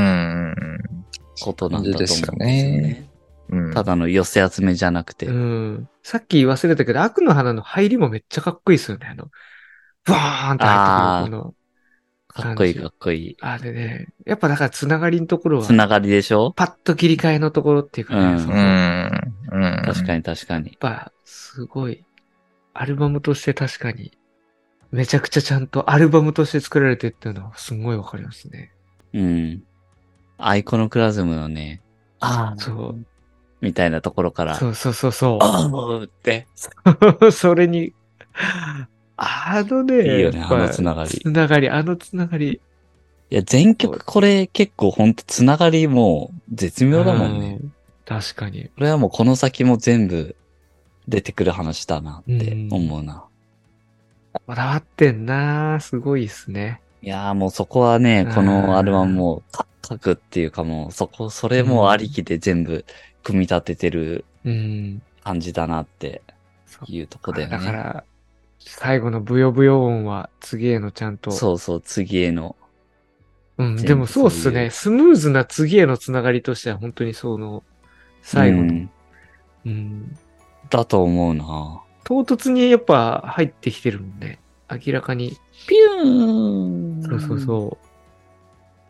ことなんだと思うんですよね。ただの寄せ集めじゃなくて。 さっき言い忘れたけど、悪の花の入りもめっちゃかっこいいですよね。バーンって入ってくるこの。 かっこいいかっこいい。 あれね、やっぱだからつながりのところは。 つながりでしょ？ パッと切り替えのところっていうかね。 確かに確かに。 やっぱすごい、アルバムとして確かに、めちゃくちゃちゃんとアルバムとして作られてっていうのはすごいわかりますね。 アイコノクラズムのね、 そう。 みたいなところから。 そう。 もうって。 それに、ね。 いいよね、つながり。 つながり。 いや、全曲これ結構ほんとつながりもう絶妙だもんね。 確かに。 これはもうこの先も全部出てくる話だなって思うな。 こだわってんな、すごいっすね。 いやーもうそこはね、このアルバムも書くっていうかもうそれもありきで全部組み立ててる感じだなっていうとこだよね。 だから、最後のブヨブヨ音は次へのちゃんと。 そう、次への。 でもそうっすね。スムーズな次へのつながりとしては本当に最後の。 だと思うな。 唐突にやっぱ入ってきてるんで、明らかに。 ピューン。 そう。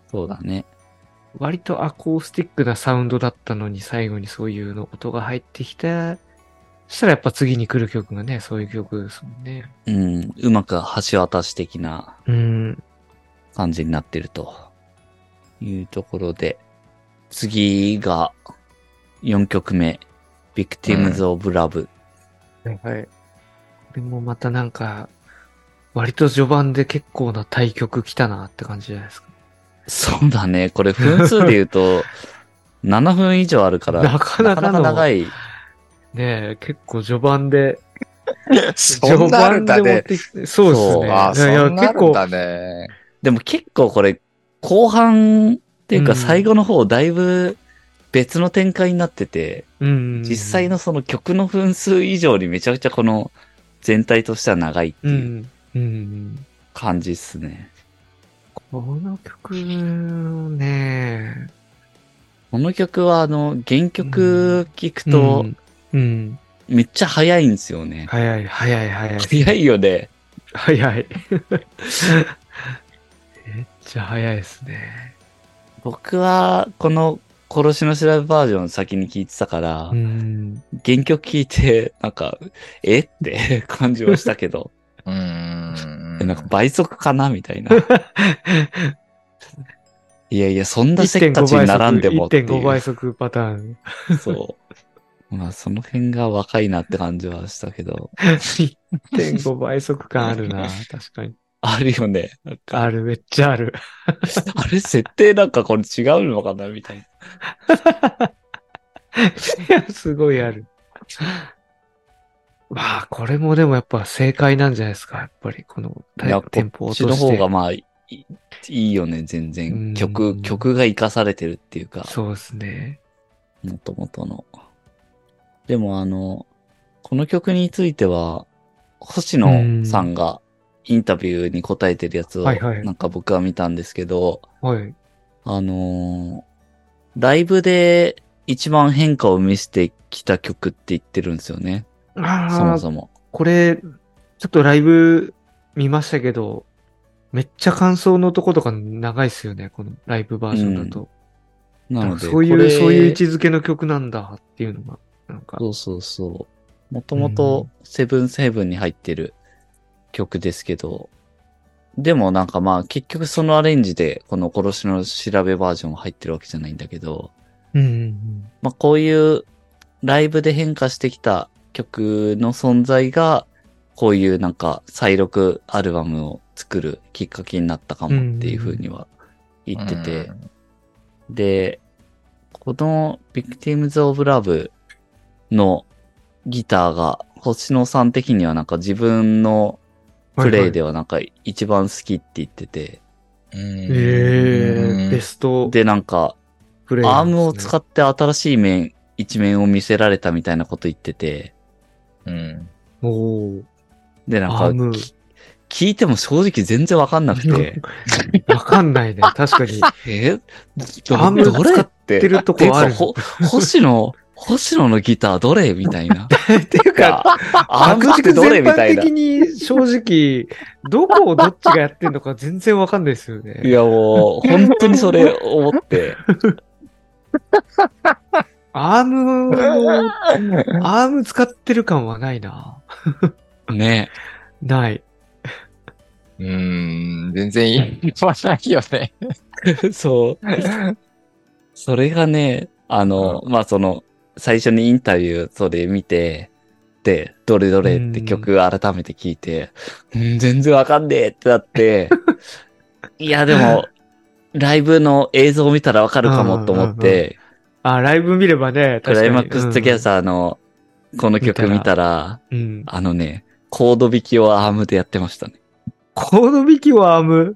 そうだね。 割とアコースティックなサウンドだったのに最後にそういうの音が入ってきて、そしたらやっぱ次に来る曲がね、そういう曲ですもんね。 うん。うまく橋渡し的な感じになってるというところで、次が4曲目、Victims of Love。 はい。これもまたなんか、割と序盤で結構な対曲来たなって感じじゃないですか。 そうだね。これ分数で言うと、7分以上あるから、 なかなか長い。 ねえ、結構序盤で。 そんなあるんだね。 そうですね。 あ、そうなるんだね。 でも結構これ、後半っていうか最後の方、だいぶ別の展開になってて、実際のその曲の分数以上にめちゃくちゃこの全体としては長いっていう感じっすね。 この曲ね、 この曲は原曲聴くと、めっちゃ早いんですよね。 早い。 早いよね。 早い。めっちゃ早いですね。 僕はこの殺しの調べバージョン先に聴いてたから、原曲聴いて、なんか、って感じはしたけど。なんか倍速かなみたいな。いやいや、そんなせっかちに並んでもっていう。 1.5 倍速パターン。 そう。まあ、その辺が若いなって感じはしたけど。 1.5 倍速感あるな、確かに。 あるよね。 ある、めっちゃある。 あれ、設定なんかこれ違うのかなみたいな。 いや、すごいある。まあ、これもでもやっぱ正解なんじゃないですか。やっぱりこのテンポを落として。 こっちの方がまあいいよね、全然。曲が活かされてるっていうか。 そうですね。 もともとの。でもこの曲については、星野さんがインタビューに答えてるやつをなんか僕は見たんですけど、ライブで一番変化を見せてきた曲って言ってるんですよね。そもそも。 これ、ちょっとライブ見ましたけど、めっちゃ感想のとことか長いっすよね、このライブバージョンだと。 なのでそういう位置づけの曲なんだっていうのが、なんか。 そう。もともとセブンセブンに入ってる曲ですけど、でもなんかまあ結局そのアレンジでこの殺しの調べバージョン入ってるわけじゃないんだけど、まあこういうライブで変化してきた曲の存在が、こういうなんか再録アルバムを作るきっかけになったかもっていう風には言ってて、で、この Victims of Love のギターが星野さん的にはなんか自分のプレイではなんか一番好きって言ってて、 ベストでなんかアームを使って新しい一面を見せられたみたいなこと言ってて、でなんか聞いても正直全然わかんなくて。 わかんないね。確かに。 アーム使ってるとこある。星野のギターどれみたいな。 っていうか、 アームってどれみたいな。 的に正直、どこをどっちがやってんのか全然わかんないですよね。 いやもう、本当にそれ思って。 アーム使ってる感はないな。 ね。 ない。 全然意味はないよね。 そう。それがね、まあ、最初にインタビューそれ見て、で、どれどれって曲改めて聞いて、全然わかんねえってなって、いやでも、ライブの映像を見たらわかるかもと思って、 ライブ見ればね、 クライマックストゥギャザーのこの曲見たら、コード弾きをアームでやってましたね。 コード弾きをアーム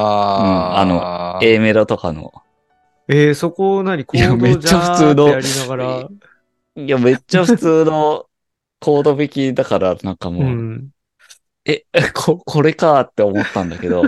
A メロとかの。 そこコードめっちゃ普通の。やりながら。 いや、めっちゃ普通のコード弾きだから、なんかもう、これかって思ったんだけど。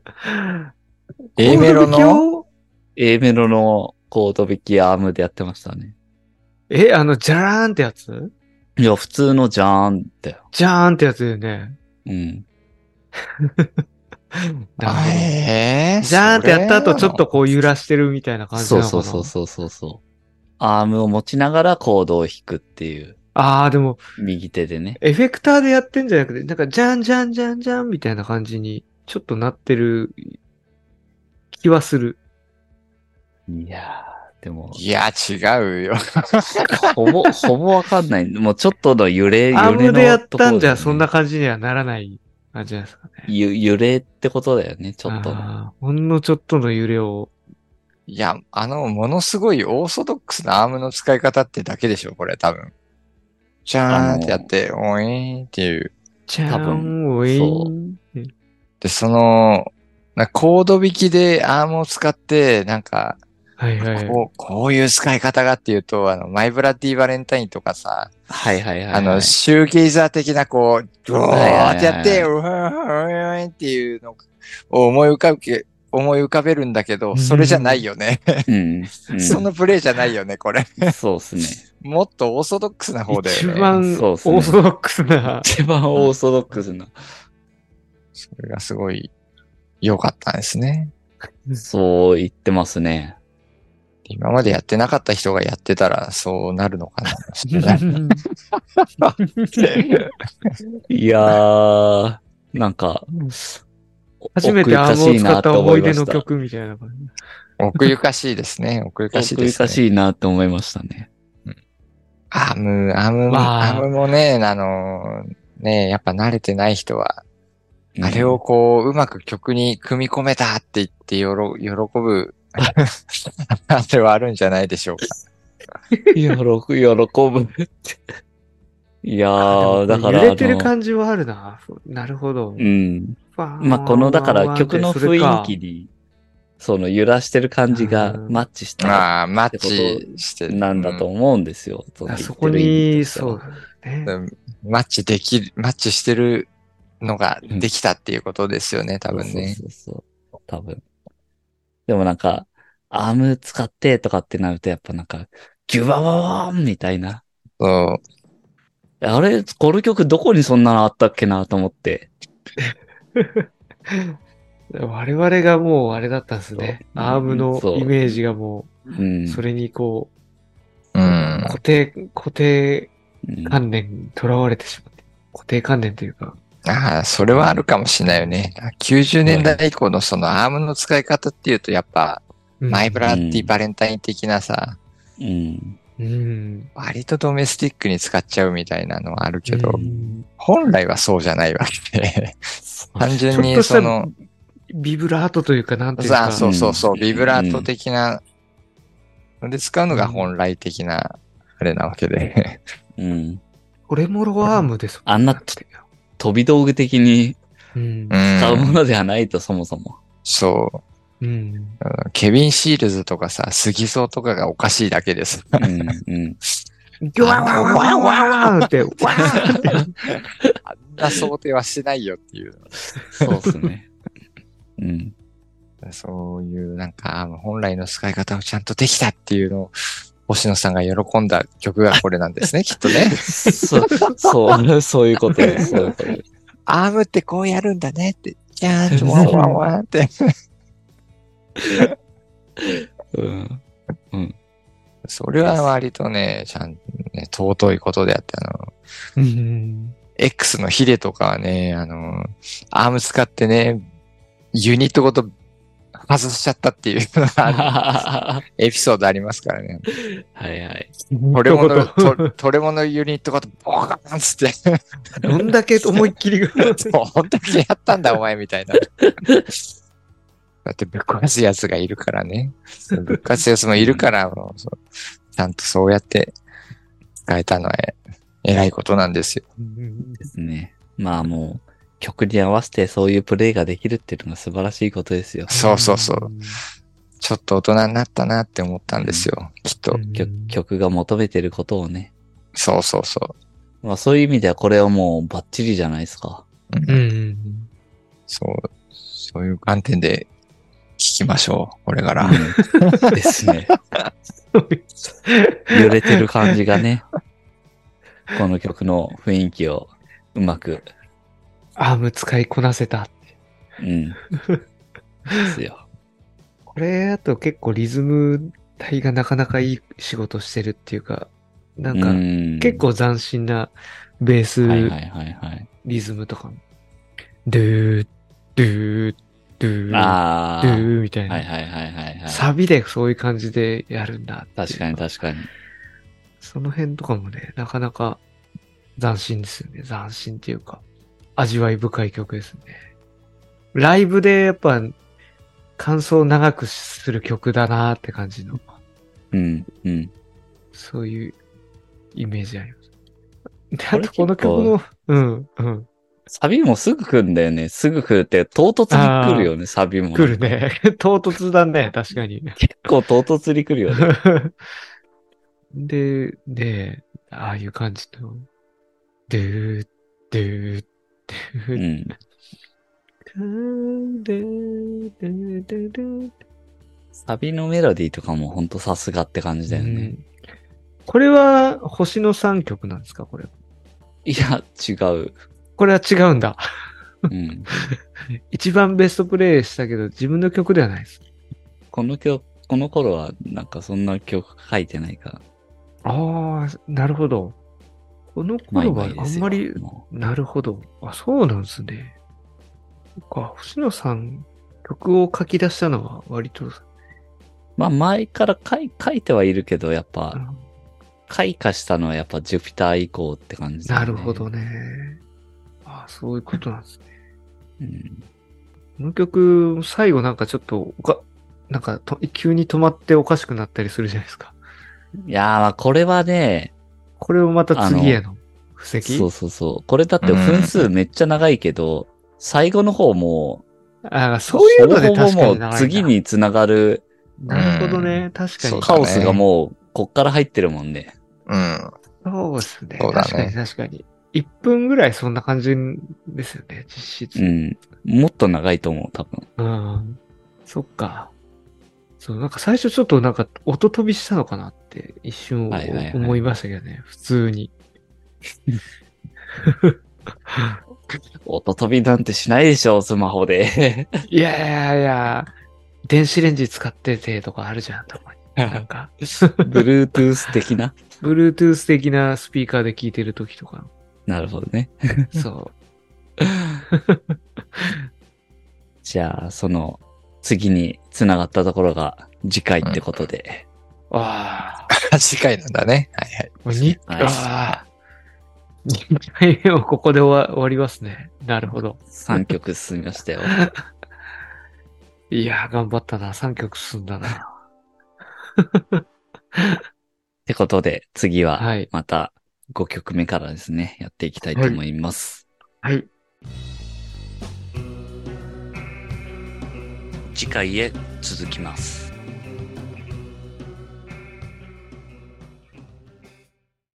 A メロのコード弾きアームでやってましたね。 ジャラーンってやつ？ いや、普通のジャーンだよ。 ジャーンってやつだよね。 じゃーんってやった後、ちょっとこう揺らしてるみたいな感じなのかな。 そう。アームを持ちながらコードを弾くっていう。 でも、 右手でね。 エフェクターでやってんじゃなくて、なんか、じゃんじゃんじゃんじゃんみたいな感じに、ちょっとなってる気はする。 いやー、でも。 いや、違うよ。 ほぼわかんない。もうちょっとの揺れアームでやったんじゃ、そんな感じにはならない感じなんですかね。 揺れってことだよね、ちょっとの。 ほんのちょっとの揺れを。 いや、ものすごいオーソドックスなアームの使い方ってだけでしょ、これ、多分。じゃーんってやって、おいーんっていう。 多分、おいーん。 で、コード弾きでアームを使って、なんか、こういう使い方がっていうと、マイブラッディバレンタインとかさ、 シューゲイザー的なこう、ドローってやって、うわーっていうのを思い浮かべるんだけど、それじゃないよね。そのプレイじゃないよね、これ。 そうですね。 もっとオーソドックスな方だよね。 一番オーソドックスな。 一番オーソドックスな。 それがすごい良かったんですね。 そう言ってますね。 今までやってなかった人がやってたらそうなるのかな。 いやー、なんか、 初めてアームを使った思い出の曲みたいな感じ。 奥ゆかしいですね。奥ゆかしいですね。 奥ゆかしいなって思いましたね。 アームもね、やっぱ慣れてない人は、あれをこう、うまく曲に組み込めたって言って喜ぶ、あれはあるんじゃないでしょうか。 喜ぶって。いやー、だから。 揺れてる感じはあるな。なるほど。 まあ、だから曲の雰囲気に、揺らしてる感じがマッチしたマッチしてなんだと思うんですよ。 そこに、そうね。 マッチしてるのができたっていうことですよね、多分ね。 そう多分。でもなんか、アーム使ってとかってなるとやっぱなんか、ギュバババーンみたいな。 そう。 あれ、この曲どこにそんなのあったっけなと思って。 我々がもうあれだったんですね。アームのイメージがもう、それにこう、固定観念にとらわれてしまって。固定観念というか。 それはあるかもしれないよね。90年代以降のそのアームの使い方っていうとやっぱ、マイブラッディバレンタイン的なさ、割とドメスティックに使っちゃうみたいなのはあるけど、本来はそうじゃないわけで、単純にビブラートというかなんていうか。 そう、ビブラート的なので使うのが本来的なあれなわけで。 トレモロアームですもん。 あんな飛び道具的に使うものではないと、そもそも。 そう。ケビン・シールズとかさ、杉蔵とかがおかしいだけです。 ギュワワワワワワって、ワーって。 あんな想定はしてないよっていう。 そうですね。 そういうなんか、本来の使い方をちゃんとできたっていうのを、星野さんが喜んだ曲がこれなんですね、きっとね。 そういうことです。 アームってこうやるんだねって、じゃーん、ワンワンワンって。それは割とね、ちゃんとね、尊いことであって、X のヒデとかはね、アーム使ってね、ユニットごと外しちゃったっていうのがエピソードありますからね。 はいはい。 トレモのユニットごとボカーンつって。 どんだけ思いっきり本当にやったんだお前みたいな。だってぶっ壊すやつがいるからね。ぶっ壊すやつもいるから、ちゃんとそうやって使えたのは偉いことなんですよ。 ですね。まあもう、曲に合わせてそういうプレイができるっていうのが素晴らしいことですよ。 そう。ちょっと大人になったなって思ったんですよ、きっと。 曲が求めてることをね。 そう。 まあそういう意味ではこれはもうバッチリじゃないですか。 そういう観点で聞きましょう、これから。 ですね。揺れてる感じがね、この曲の雰囲気をうまく。 アーム使いこなせた。 うん。ですよ。 これ、あと結構リズム体がなかなかいい仕事してるっていうか、なんか、結構斬新なベース、リズムとかも。ドゥー、ドゥー、ドゥー、ドゥーみたいな。サビでそういう感じでやるんだって。 確かに確かに。 その辺とかもね、なかなか斬新ですよね。斬新っていうか、味わい深い曲ですね。ライブでやっぱ、感想を長くする曲だなーって感じの。 うん、うん。 そういうイメージあります。で、あとこの曲も、うん、うん。 サビもすぐ来るんだよね。すぐ来るって、唐突に来るよね、サビも。 来るね。唐突だね、確かに。 結構唐突に来るよね。 で、ああいう感じの、ドゥー、ドゥー、ドゥー、 サビのメロディーとかもほんとさすがって感じだよね。 これは星の3曲なんですかこれ。 いや、違う。 これは違うんだ。 うん、 一番ベストプレイしたけど、自分の曲ではないです。 この頃はなんかそんな曲書いてないから。 ああ、なるほど。この頃はあんまり、なるほど。あ、そうなんですね。そっか、星野さん、曲を書き出したのは割と。 まあ前から書いてはいるけど、やっぱ、開花したのはやっぱジュピター以降って感じだね。 なるほどね。あ、そういうことなんですね。 うん。 この曲、最後なんかちょっと、なんか急に止まっておかしくなったりするじゃないですか。 いやー、まあこれはね、 これをまた次への布石？ そうそうそう。これだって分数めっちゃ長いけど、最後の方もそういうので確かにほぼもう次につながる。 なるほどね。確かに。 カオスがもう、こっから入ってるもんね。 うん。 そうですね。確かに確かに。1分ぐらいそんな感じですよね、実質。 うん。もっと長いと思う、多分。 うん。そっか。そう、なんか最初ちょっとなんか音飛びしたのかなって一瞬思いましたけどね、普通に。 音飛びなんてしないでしょ、スマホで。 いや、電子レンジ使っててとかあるじゃん、たまに。なんか。 Bluetooth 的な Bluetooth 的なスピーカーで聞いてるときとか。 なるほどね。 そう。 じゃあ、その、次に繋がったところが次回ってことで。 ああ。次回なんだね。はいはい。2回目をここで終わりますね。なるほど。 3曲進みましたよ。 いやー、頑張ったな。3曲進んだな。 ってことで、次は、また5曲目からですね、やっていきたいと思います。 はい。 次回へ続きます。